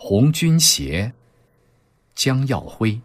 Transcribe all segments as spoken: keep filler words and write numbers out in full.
红军鞋，江耀辉。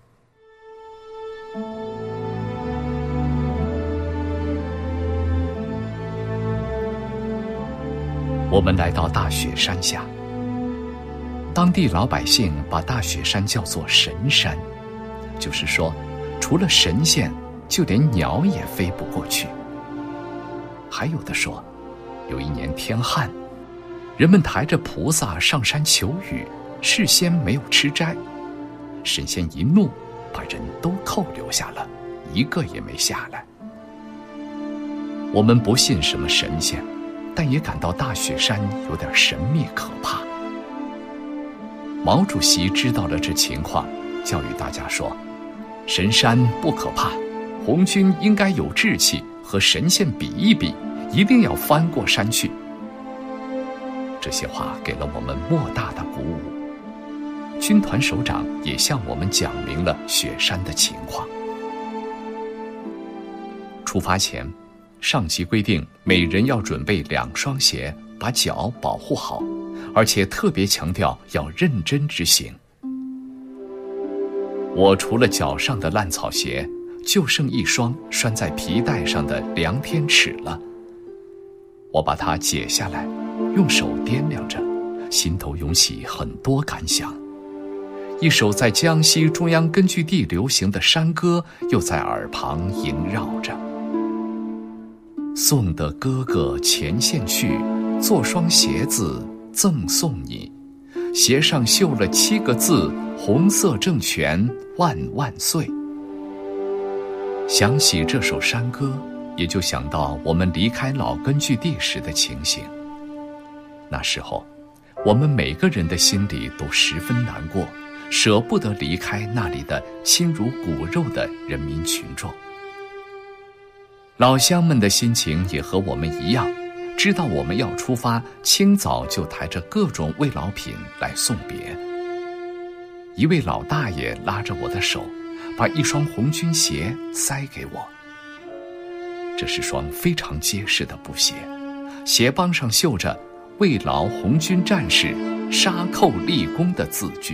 我们来到大雪山下，当地老百姓把大雪山叫做神山，就是说，除了神仙，就连鸟也飞不过去。还有的说，有一年天旱，人们抬着菩萨上山求雨，事先没有吃斋，神仙一怒，把人都扣留下了，一个也没下来。我们不信什么神仙，但也感到大雪山有点神秘可怕。毛主席知道了这情况，教育大家说，神山不可怕，红军应该有志气，和神仙比一比，一定要翻过山去。这些话给了我们莫大的鼓舞。军团首长也向我们讲明了雪山的情况。出发前，上级规定每人要准备两双鞋，把脚保护好，而且特别强调要认真执行。我除了脚上的烂草鞋，就剩一双拴在皮带上的量天尺了。我把它解下来，用手掂量着，心头涌起很多感想。一首在江西中央根据地流行的山歌又在耳旁萦绕着。送的哥哥前线去，做双鞋子赠送你，鞋上绣了七个字，红色政权万万岁。想起这首山歌，也就想到我们离开老根据地时的情形。那时候，我们每个人的心里都十分难过，舍不得离开那里的亲如骨肉的人民群众。老乡们的心情也和我们一样，知道我们要出发，清早就抬着各种慰劳品来送别。一位老大爷拉着我的手，把一双红军鞋塞给我。这是双非常结实的布鞋，鞋帮上绣着慰劳红军战士，杀寇立功的字句。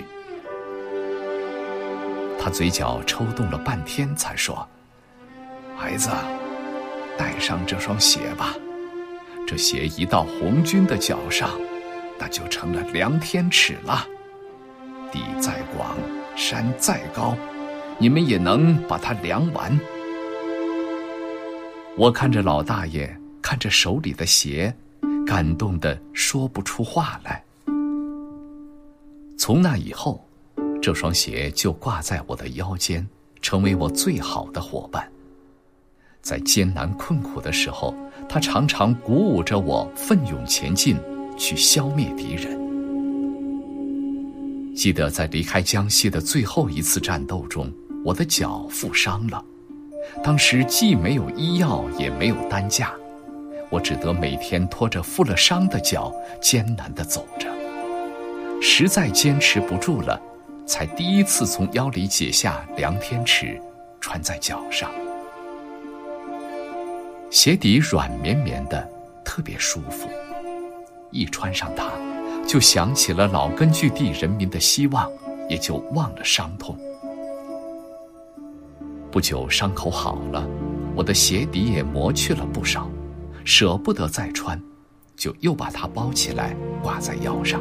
他嘴角抽动了半天才说，孩子，带上这双鞋吧，这鞋一到红军的脚上，那就成了量天尺了。地再广，山再高，你们也能把它量完。我看着老大爷，看着手里的鞋，感动得说不出话来。从那以后，这双鞋就挂在我的腰间，成为我最好的伙伴。在艰难困苦的时候，它常常鼓舞着我奋勇前进，去消灭敌人。记得在离开江西的最后一次战斗中，我的脚负伤了，当时既没有医药，也没有担架，我只得每天拖着负了伤的脚艰难地走着。实在坚持不住了，才第一次从腰里解下量天尺，穿在脚上。鞋底软绵绵的，特别舒服，一穿上它，就想起了老根据地人民的希望，也就忘了伤痛。不久伤口好了，我的鞋底也磨去了不少，舍不得再穿，就又把它包起来挂在腰上。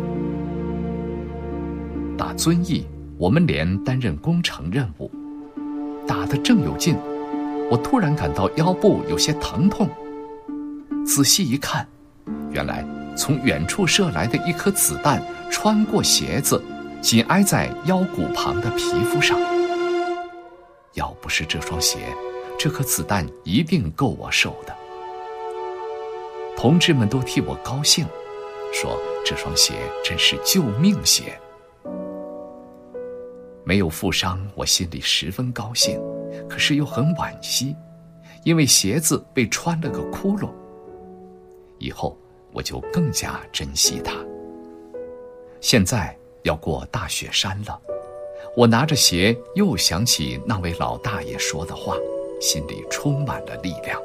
打遵义，我们连担任工程任务，打得正有劲，我突然感到腰部有些疼痛，仔细一看，原来从远处射来的一颗子弹穿过鞋子，紧挨在腰骨旁的皮肤上。要不是这双鞋，这颗子弹一定够我受的。同志们都替我高兴，说这双鞋真是救命鞋。没有负伤，我心里十分高兴，可是又很惋惜，因为鞋子被穿了个窟窿。以后我就更加珍惜它。现在要过大雪山了，我拿着鞋又想起那位老大爷说的话，心里充满了力量。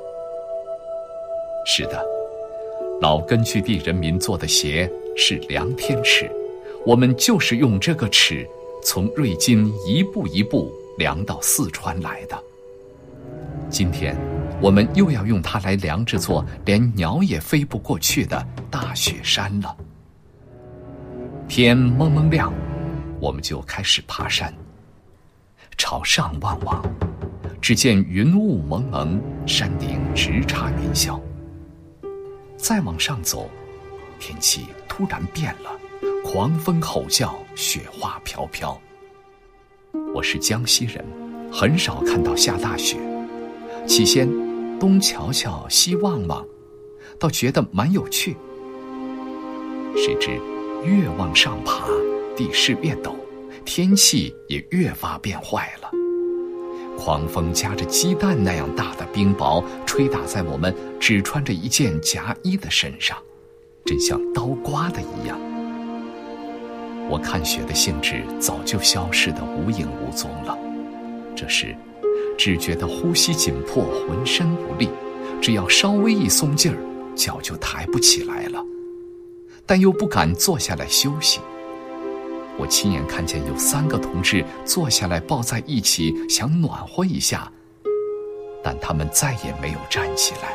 是的，老根据地人民做的鞋是量天尺， 我们就是用这个尺从瑞金一步一步量到四川来的。今天我们又要用它来量这座连鸟也飞不过去的大雪山了。天蒙蒙亮，我们就开始爬山。朝上望望，只见云雾蒙蒙，山顶直插云霄。再往上走，天气突然变了，狂风吼叫，雪花飘飘。我是江西人，很少看到下大雪，起先东瞧瞧西望望，倒觉得蛮有趣。谁知越往上爬，地势越陡，天气也越发变坏了。狂风夹着鸡蛋那样大的冰雹吹打在我们只穿着一件夹衣的身上，真像刀刮的一样。我看雪的兴致早就消失得无影无踪了。这时只觉得呼吸紧迫，浑身无力，只要稍微一松劲儿，脚就抬不起来了，但又不敢坐下来休息。我亲眼看见有三个同志坐下来抱在一起，想暖和一下，但他们再也没有站起来。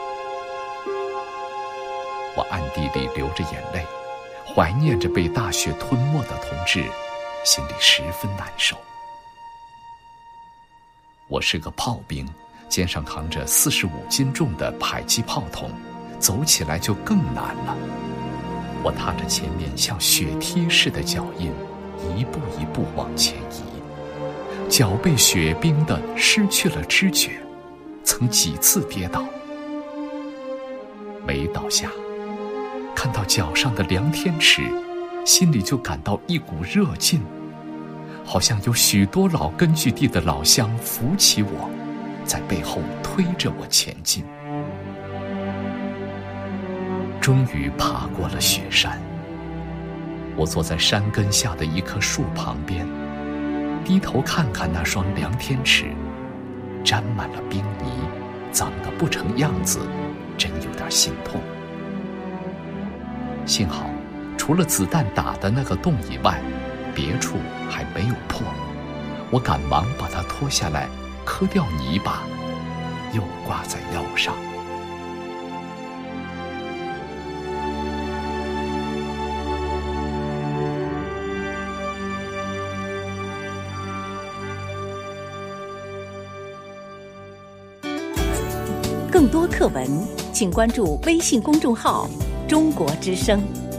我暗地里流着眼泪，怀念着被大雪吞没的同志，心里十分难受。我是个炮兵，肩上扛着四十五斤重的迫击炮筒，走起来就更难了。我踏着前面像雪梯似的脚印，一步一步往前移，脚被雪冰得失去了知觉，曾几次跌倒。每倒下，看到脚上的量天尺，心里就感到一股热劲，好像有许多老根据地的老乡扶起我，在背后推着我前进。终于爬过了雪山，我坐在山根下的一棵树旁边，低头看看那双量天尺，沾满了冰泥，脏得不成样子，真有点心痛。幸好除了子弹打的那个洞以外，别处还没有破，我赶忙把它脱下来，磕掉泥巴，又挂在腰上。 更多课文，请关注微信公众号“中国之声”。